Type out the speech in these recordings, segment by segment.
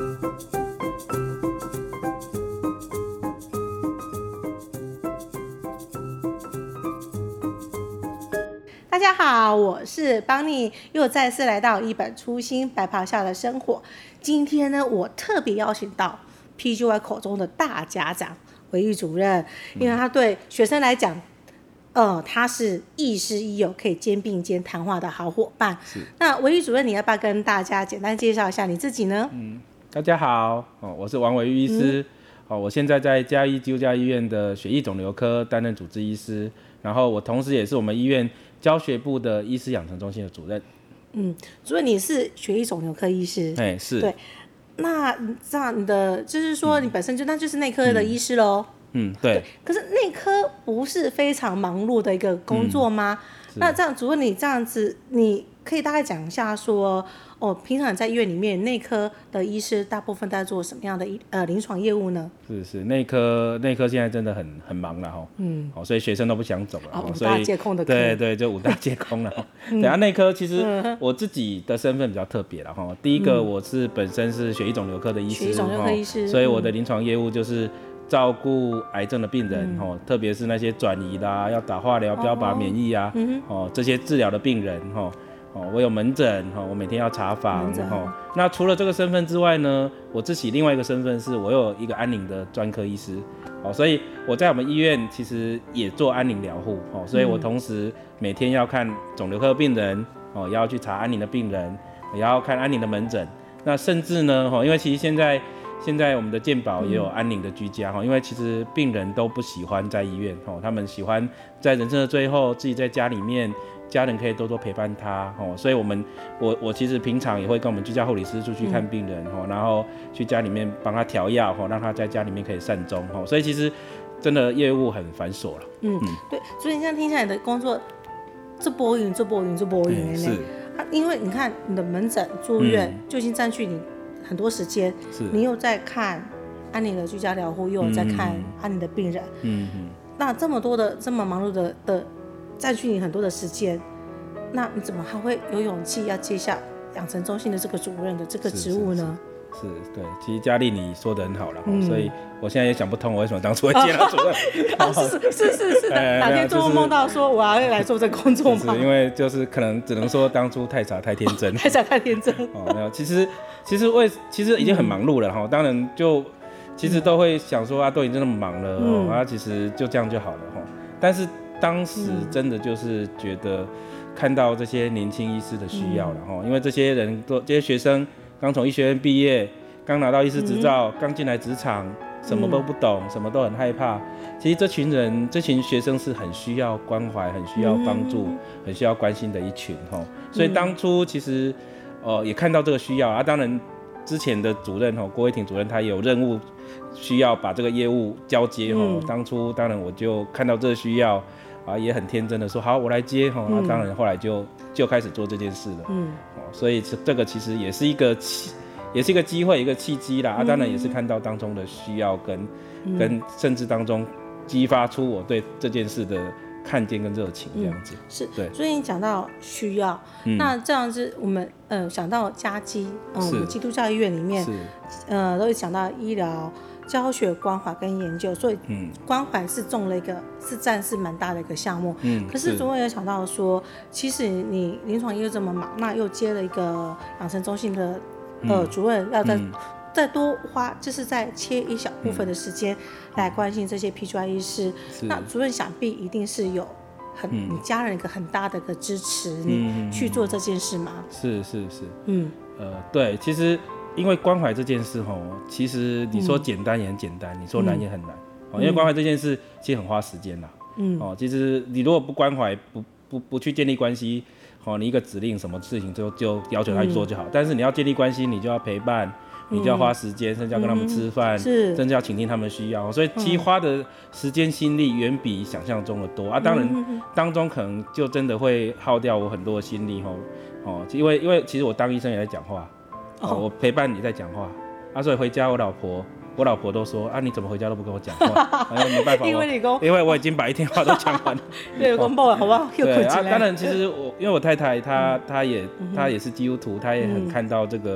大家好，我是邦尼，又再次来到一本初心白袍下的生活。今天呢，我特别邀请到 PGY 口中的大家长韦玉主任，因为他对学生来讲，他是亦师亦友，可以肩并肩谈话的好伙伴。那韦玉主任，你要不要跟大家简单介绍一下你自己呢？ 大家好，我是王韦玉医师。我现在在嘉义基督教医院的血液肿瘤科担任主治医师，然后我同时也是我们医院教学部的医师养成中心的主任。 主任，你是血液肿瘤科医师？ 是。 对。那这样你的就是说你本身那就是内科的医师咯。 对。 可是内科不是非常忙碌的一个工作吗？那这样主任，你这样子，你可以大概讲一下说，平常在医院里面内科的医师大部分在做什么样的临床业务呢？是内科现在真的很忙了哈。所以学生都不想走了。 五大皆空的科。 对，就五大皆空了。等下内科其实我自己的身份比较特别了哈。第一个我是本身是血液肿瘤科的医师， 血液肿瘤科医师， 所以我的临床业务就是照顾癌症的病人，特别是那些转移啦、要打化疗、标靶免疫啊，这些治疗的病人，我有门诊，我每天要查房。那除了这个身份之外呢，我自己另外一个身份是我有一个安宁的专科医师，所以我在我们医院其实也做安宁疗护，所以我同时每天要看肿瘤科的病人，也要去查安宁的病人，也要看安宁的门诊。那甚至呢，因为其实现在我们的健保也有安宁的居家，因为其实病人都不喜欢在医院，他们喜欢在人生的最后自己在家里面，家人可以多多陪伴他，所以我其实平常也会跟我们居家护理师出去看病人，然后去家里面帮他调药，让他在家里面可以善终，所以其实真的业务很繁琐了。 对，所以你这样听起来你的工作这波云，是因为你看你的门诊住院就已经占据你很多时间，你又在看安宁的居家疗护，又有在看安宁的病人，那这么多的这么忙碌的占据你很多的时间，那你怎么还会有勇气要接下养成中心的这个主任的这个职务呢？ 是对，其实嘉丽你说的很好了，所以我现在也想不通我为什么当初会接到主任。 是哪天做梦梦到说我要来做这个工作吗？ 因为就是可能只能说当初太傻太天真。 太天真。 没有，其实已经很忙碌了当然其实都会想说都已经那么忙了其实就这样就好了但是当时真的就是觉得看到这些年轻医师的需要了因为这些学生刚从医学院毕业，刚拿到医师执照，刚进来职场，什么都不懂，什么都很害怕。其实这群学生是很需要关怀、很需要帮助、很需要关心的一群所以当初其实也看到这个需要当然之前的主任郭威霆主任他也有任务需要把这个业务交接当初当然我就看到这个需要也很天真的说好我来接当然后来就开始做这件事了所以这个其实也是一个机会一个契机啦当然也是看到当中的需要跟甚至当中激发出我对这件事的看见跟热情这样子是对，所以你讲到需要那这样子我们想到嘉基我们基督教医院里面都会讲到医疗教学关怀跟研究，所以关怀是占蛮大的一个项目可是主任有想到说其实你临床又这么忙，那又接了一个养成中心的主任要再多花，就是再切一小部分的时间来关心这些 PGY 医师那主任想必一定是有你家人一个很大的一个支持你去做这件事吗？ 是对，其实因为关怀这件事其实你说简单也很简单你说难也很难因为关怀这件事其实很花时间啦其实你如果不关怀不去建立关系你一个指令什么事情就要求他去做就好但是你要建立关系你就要陪伴你就要花时间甚至要跟他们吃饭甚至要倾听他们需要所以其实花的时间心力远比想象中的多当然当中可能就真的会耗掉我很多的心力因为其实我当医生也在讲话我陪伴你在讲话所以回家我老婆都说你怎么回家都不跟我讲话没办法因为我已经把一天话都讲完了对公报好不好对当然其实因为我太太她也是基督徒她也很看到这个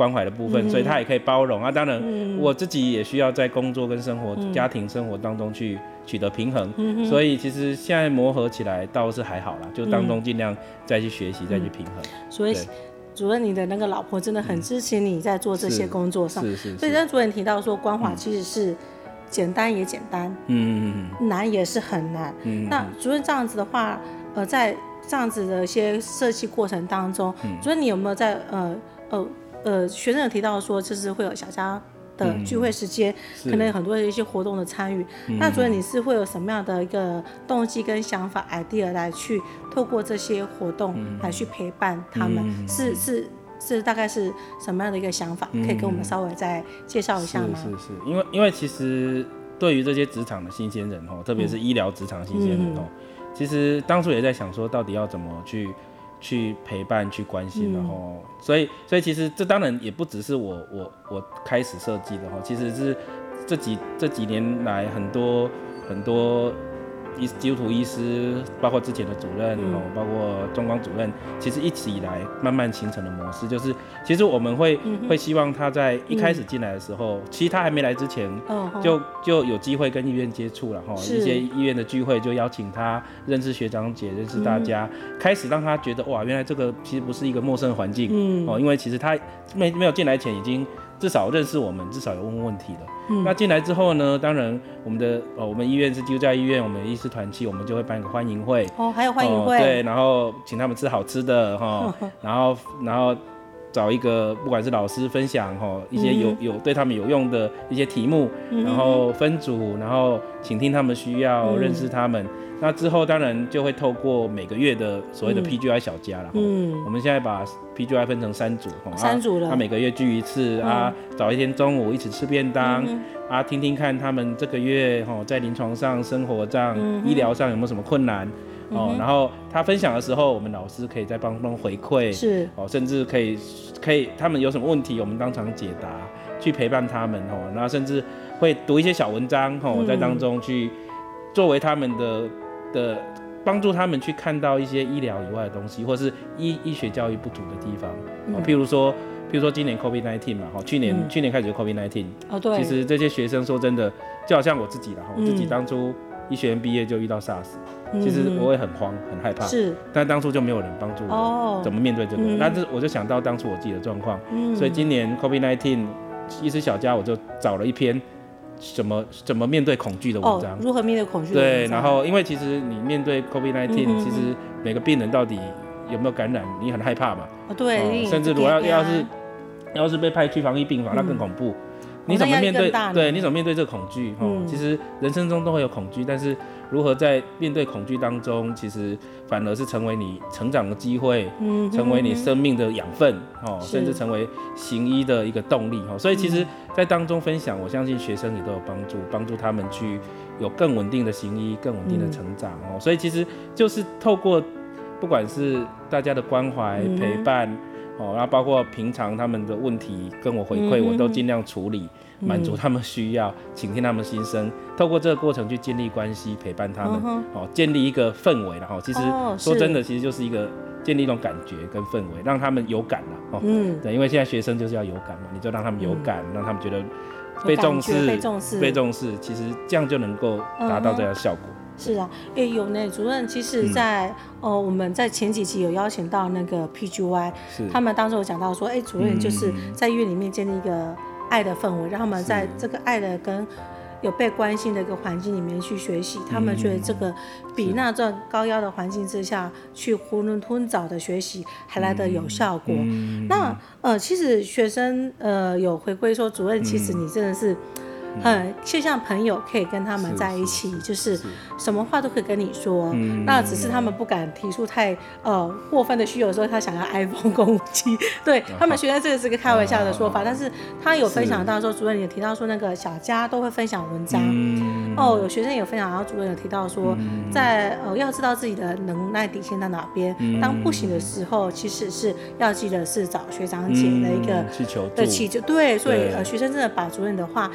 关怀的部分，所以他也可以包容啊。当然，我自己也需要在工作跟生活、家庭生活当中去取得平衡，所以其实现在磨合起来倒是还好啦，就当中尽量再去学习，再去平衡。 所以主任，你的那个老婆真的很支持你在做这些工作上，所以跟主任提到说，关怀其实是简单也简单，难也是很难。那主任这样子的话，在这样子的一些设计过程当中，主任你有没有在学生有提到说，就是会有小家的聚会时间，可能有很多的一些活动的参与。那主任你是会有什么样的一个动机跟想法 idea 来去透过这些活动来去陪伴他们？是大概是什么样的一个想法？可以跟我们稍微再介绍一下吗？ 是，因为其实对于这些职场的新鲜人特别是医疗职场新鲜人其实当初也在想说，到底要怎么去陪伴、去关心，然后，所以其实这当然也不只是我开始设计的其实是这几年来很多基督徒医师，包括之前的主任包括中光主任，其实一直以来慢慢形成的模式，就是其实我们会希望他在一开始进来的时候，其实他还没来之前，就有机会跟医院接触了一些医院的聚会就邀请他认识学长姐，认识大家，开始让他觉得哇，原来这个其实不是一个陌生的环境，因为其实他没有进来前已经至少认识我们，至少有问题了。那进来之后呢，当然我们医院是基督教医院，我们医师团契，我们就会办一个欢迎会。 还有欢迎会。 对，然后请他们吃好吃的然后找一个不管是老师分享一些有对他们有用的一些题目，然后分组，然后倾听他们需要，认识他们。那之后当然就会透过每个月的所谓的 PGI 小家了。我们现在把 PGI 分成3组，3组了。每个月聚一次找一天中午一起吃便当听听看他们这个月在临床上、生活上、医疗上有没有什么困难然后他分享的时候，我们老师可以再帮回馈，甚至可以他们有什么问题，我们当场解答，去陪伴他们然后甚至会读一些小文章在当中去作为他们的帮助他们去看到一些医疗以外的东西，或是医学教育不足的地方譬如说今年 COVID-19 嘛去年开始就 COVID-19 对， 其实这些学生说真的，就好像我自己啦我自己当初医学院毕业就遇到 SARS，其实我也很慌很害怕，但当初就没有人帮助我怎么面对这个，但是我就想到当初我自己的状况所以今年 COVID-19 医师小家我就找了一篇怎么面对恐惧的文章如何面对恐惧的文章。 对，然后因为其实你面对 COVID-19 其实每个病人到底有没有感染你很害怕嘛对甚至如果要是被派去防疫病房那更恐怖你怎么面对你怎么面对这个恐惧其实人生中都会有恐惧，但是如何在面对恐惧当中，其实反而是成为你成长的机会成为你生命的养分甚至成为行医的一个动力所以其实在当中分享，我相信学生也都有帮助他们去有更稳定的行医，更稳定的成长所以其实就是透过不管是大家的关怀陪伴然后包括平常他们的问题跟我回馈我都尽量处理满足他们需要，倾听他们心声，透过这个过程去建立关系，陪伴他们建立一个氛围其实说真的其实就是一个建立一种感觉跟氛围，让他们有感对，因为现在学生就是要有感嘛，你就让他们有感让他们觉得被重视，其实这样就能够达到这样的效果是啊，有呢，主任，其实在我们在前几期有邀请到那个 PGY， 他们当时有讲到说，主任就是在医院里面建立一个爱的氛围，让他们在这个爱的跟有被关心的一个环境里面去学习，他们觉得这个比那种高压的环境之下去囫囵吞枣的学习还来得有效果。那其实学生有回馈说，主任其实你真的是就像朋友可以跟他们在一起，就是什么话都可以跟你说，那只是他们不敢提出太过分的需求的时候，他想要 iPhone 公务机，对他们学生这个是个开玩笑的说法，但是他有分享到说，主任也提到说那个小家都会分享文章，有学生有分享，然后主任有提到说，在要知道自己的能耐底线在哪边，当不行的时候，其实是要记得是找学长姐的一个去求助， 对，所以学生真的把主任的话也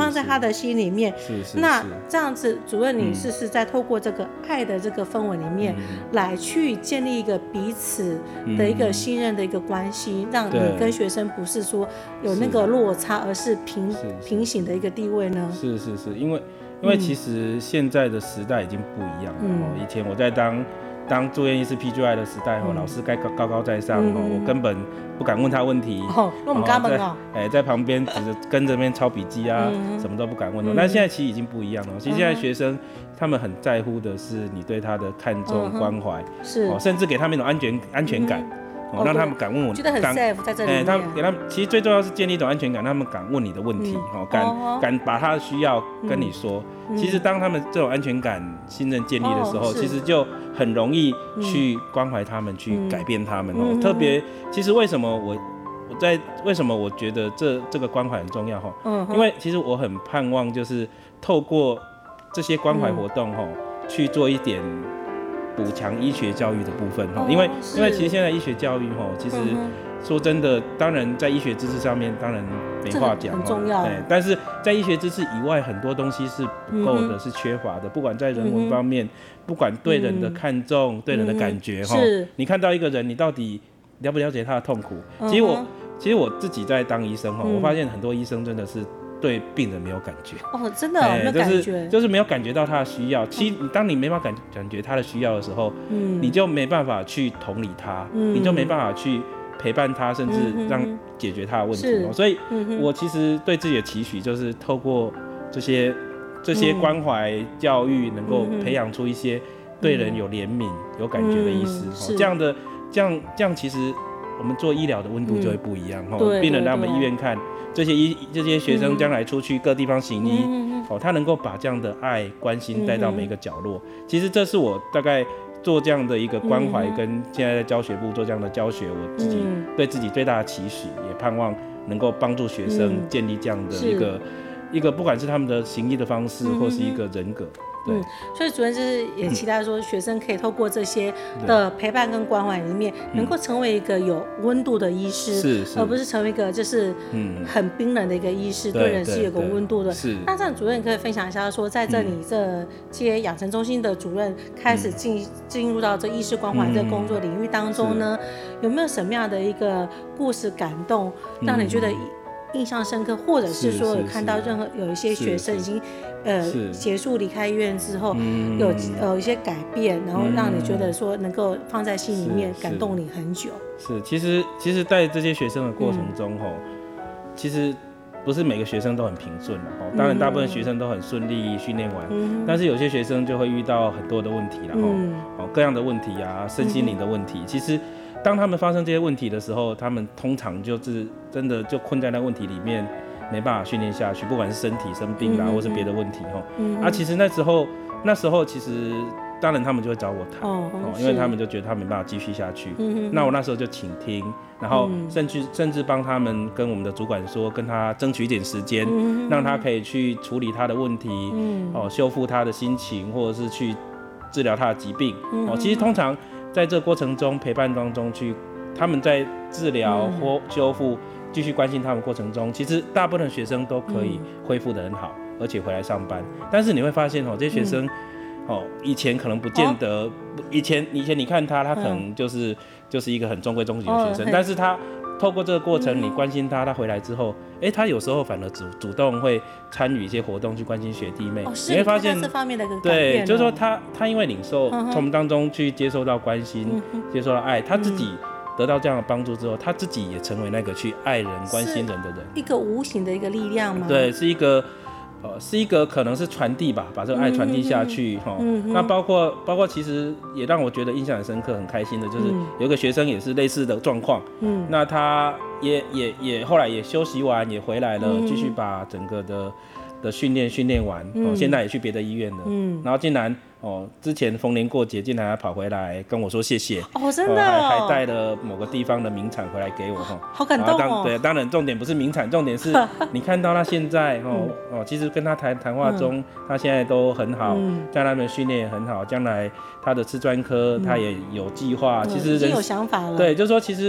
放在他的心里面。那这样子，主任你是在透过这个爱的这个氛围里面，来去建立一个彼此的一个信任的一个关系，让你跟学生不是说有那个落差，而是平行的一个地位呢？ 是，因为其实现在的时代已经不一样了。以前我在当住院医师 PGY 的时代，老师该高高在上，我根本不敢问他问题。 那我们敢问在旁边只是跟着那边抄笔记啊，什么都不敢问。但现在其实已经不一样了。其实现在学生他们很在乎的是你对他的看重、关怀，甚至给他们一种安全感。让他们敢问我， 觉得很 safe 在这里面。 给他们，其实最重要是建立一种安全感，让他们敢问你的问题，敢把他的需要跟你说。其实当他们这种安全感、信任建立的时候，其实就很容易去关怀他们，去改变他们。特别，其实为什么我觉得这个关怀很重要？因为其实我很盼望，就是透过这些关怀活动，去做一点补强医学教育的部分，因为其实现在医学教育其实说真的，当然在医学知识上面当然没话讲， 很重要。 但是在医学知识以外，很多东西是不够的，是缺乏的。不管在人文方面，不管对人的看重、对人的感觉，你看到一个人，你到底了不了解他的痛苦？其实我自己在当医生，我发现很多医生真的是对病人没有感觉。 真的没有感觉， 就是没有感觉到他的需要。其实当你没办法感觉他的需要的时候，你就没办法去同理他，你就没办法去陪伴他，甚至让解决他的问题。所以我其实对自己的期许就是透过这些关怀教育，能够培养出一些对人有怜悯、有感觉的医师。这样其实我们做医疗的温度就会不一样。病人来我们医院看，这些学生将来出去各地方行医，他能够把这样的爱、关心带到每一个角落。其实这是我大概做这样的一个关怀，跟现在在教学部做这样的教学，我自己对自己最大的期许，也盼望能够帮助学生建立这样的一个不管是他们的行医的方式，或是一个人格。 所以主任就是也期待说，学生可以透过这些的陪伴跟关怀里面，能够成为一个有温度的医师，而不是成为一个就是很冰冷的一个医师，对人是有个温度的。那这样主任可以分享一下说，在这里这些养成中心的主任开始进入到这医师关怀这工作领域当中呢，有没有什么样的一个故事感动，让你觉得印象深刻，或者是说有看到有一些学生已经结束离开医院之后，有一些改变，然后让你觉得说能够放在心里面，感动你很久。 其实在这些学生的过程中，其实不是每个学生都很平顺的。当然大部分学生都很顺利训练完，但是有些学生就会遇到很多的问题啦，各样的问题啊，身心灵的问题。其实当他们发生这些问题的时候，他们通常就是真的就困在那问题里面，没办法训练下去，不管是身体生病啦，或是别的问题其实那时候其实当然他们就会找我谈，因为他们就觉得他没办法继续下去。那我那时候就倾听，然后甚至帮他们跟我们的主管说，跟他争取一点时间，让他可以去处理他的问题，修复他的心情，或者是去治疗他的疾病。其实通常在这个过程中陪伴当中他们在治疗或修复继续关心他们过程中，其实大部分的学生都可以恢复得很好，而且回来上班。但是你会发现这些学生以前可能不见得，以前你看他可能就是一个很中规中矩的学生，但是他透过这个过程，你关心他回来之后，他有时候反而主动会参与一些活动去关心学弟妹。 你会发现这方面的一个改变。 对，就是说他因为领受从我们当中去接受到关心，接受到爱，他自己得到这样的帮助之后，他自己也成为那个去爱人、关心人的人， 一个无形的一个力量吗？ 对，是一个可能是传递吧，把这个爱传递下去。那包括其实也让我觉得印象很深刻、很开心的，就是有一个学生也是类似的状况。那他也后来也休息完也回来了，继续把整个的训练完，现在也去别的医院了。然后竟然之前逢年过节竟然还跑回来跟我说谢谢。 真的还带了某个地方的名产回来给我。 好感动对，当然重点不是名产，重点是你看到他现在其实跟他谈话中，他现在都很好，将来他们训练也很好，将来他的吃专科他也有计划。其实已经有想法了。 对，就是说其实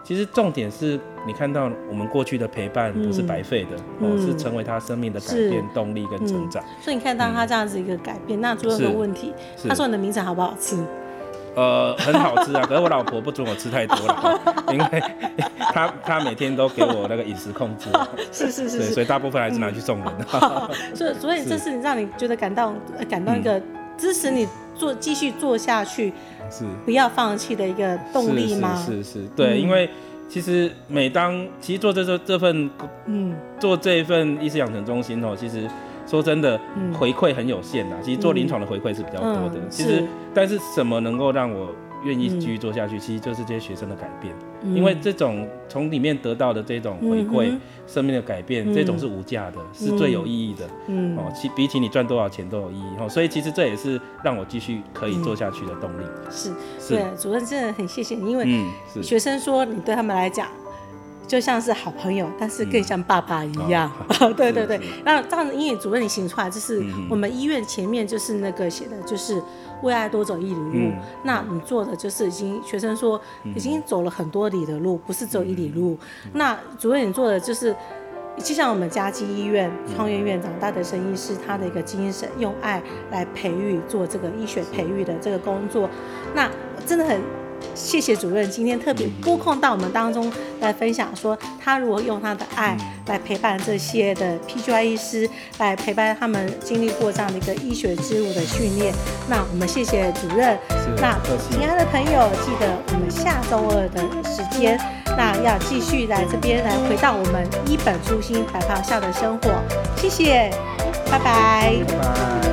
其实重点是你看到我们过去的陪伴不是白费的，是成为他生命的改变、动力跟成长。 所以你看到他这样子一个改变，那主任有个问题，他说你的名产好不好吃？ 很好吃啊，可是我老婆不准我吃太多了，因为她每天都给我那个饮食控制， 是， 所以大部分还是拿去送人。 所以这是让你觉得感动一个支持你继续做下去，是不要放弃的一个动力吗？ 是，对，因为其实其实做做这一份医师养成中心其实说真的，回馈很有限其实做临床的回馈是比较多的，其实但是什么能够让我愿意继续做下去，其实就是这些学生的改变，因为这种从里面得到的这种回馈，生命的改变，这种是无价的，是最有意义的，比起你赚多少钱都有意义，所以其实这也是让我继续可以做下去的动力。 是，对，主任真的很谢谢你，因为学生说你对他们来讲就像是好朋友，但是更像爸爸一样。对，那这样子，因为主任你行出来，就是我们医院前面就是那个写的，就是为爱多走1里路。那你做的就是学生说已经走了很多里的路，不是只有1里路。那主任你做的就像我们嘉基医院创院院长戴德生医师他的一个精神，用爱来培育做这个医学培育的这个工作。那真的很谢谢主任今天特别拨空到我们当中来分享，说他如何用他的爱来陪伴这些的 PGY 医师，来陪伴他们经历过这样的一个医学之路的训练。那我们谢谢主任。那亲爱的朋友，记得我们下周2的时间，那要继续来这边来回到我们一本初心白袍下的生活。谢谢，拜拜。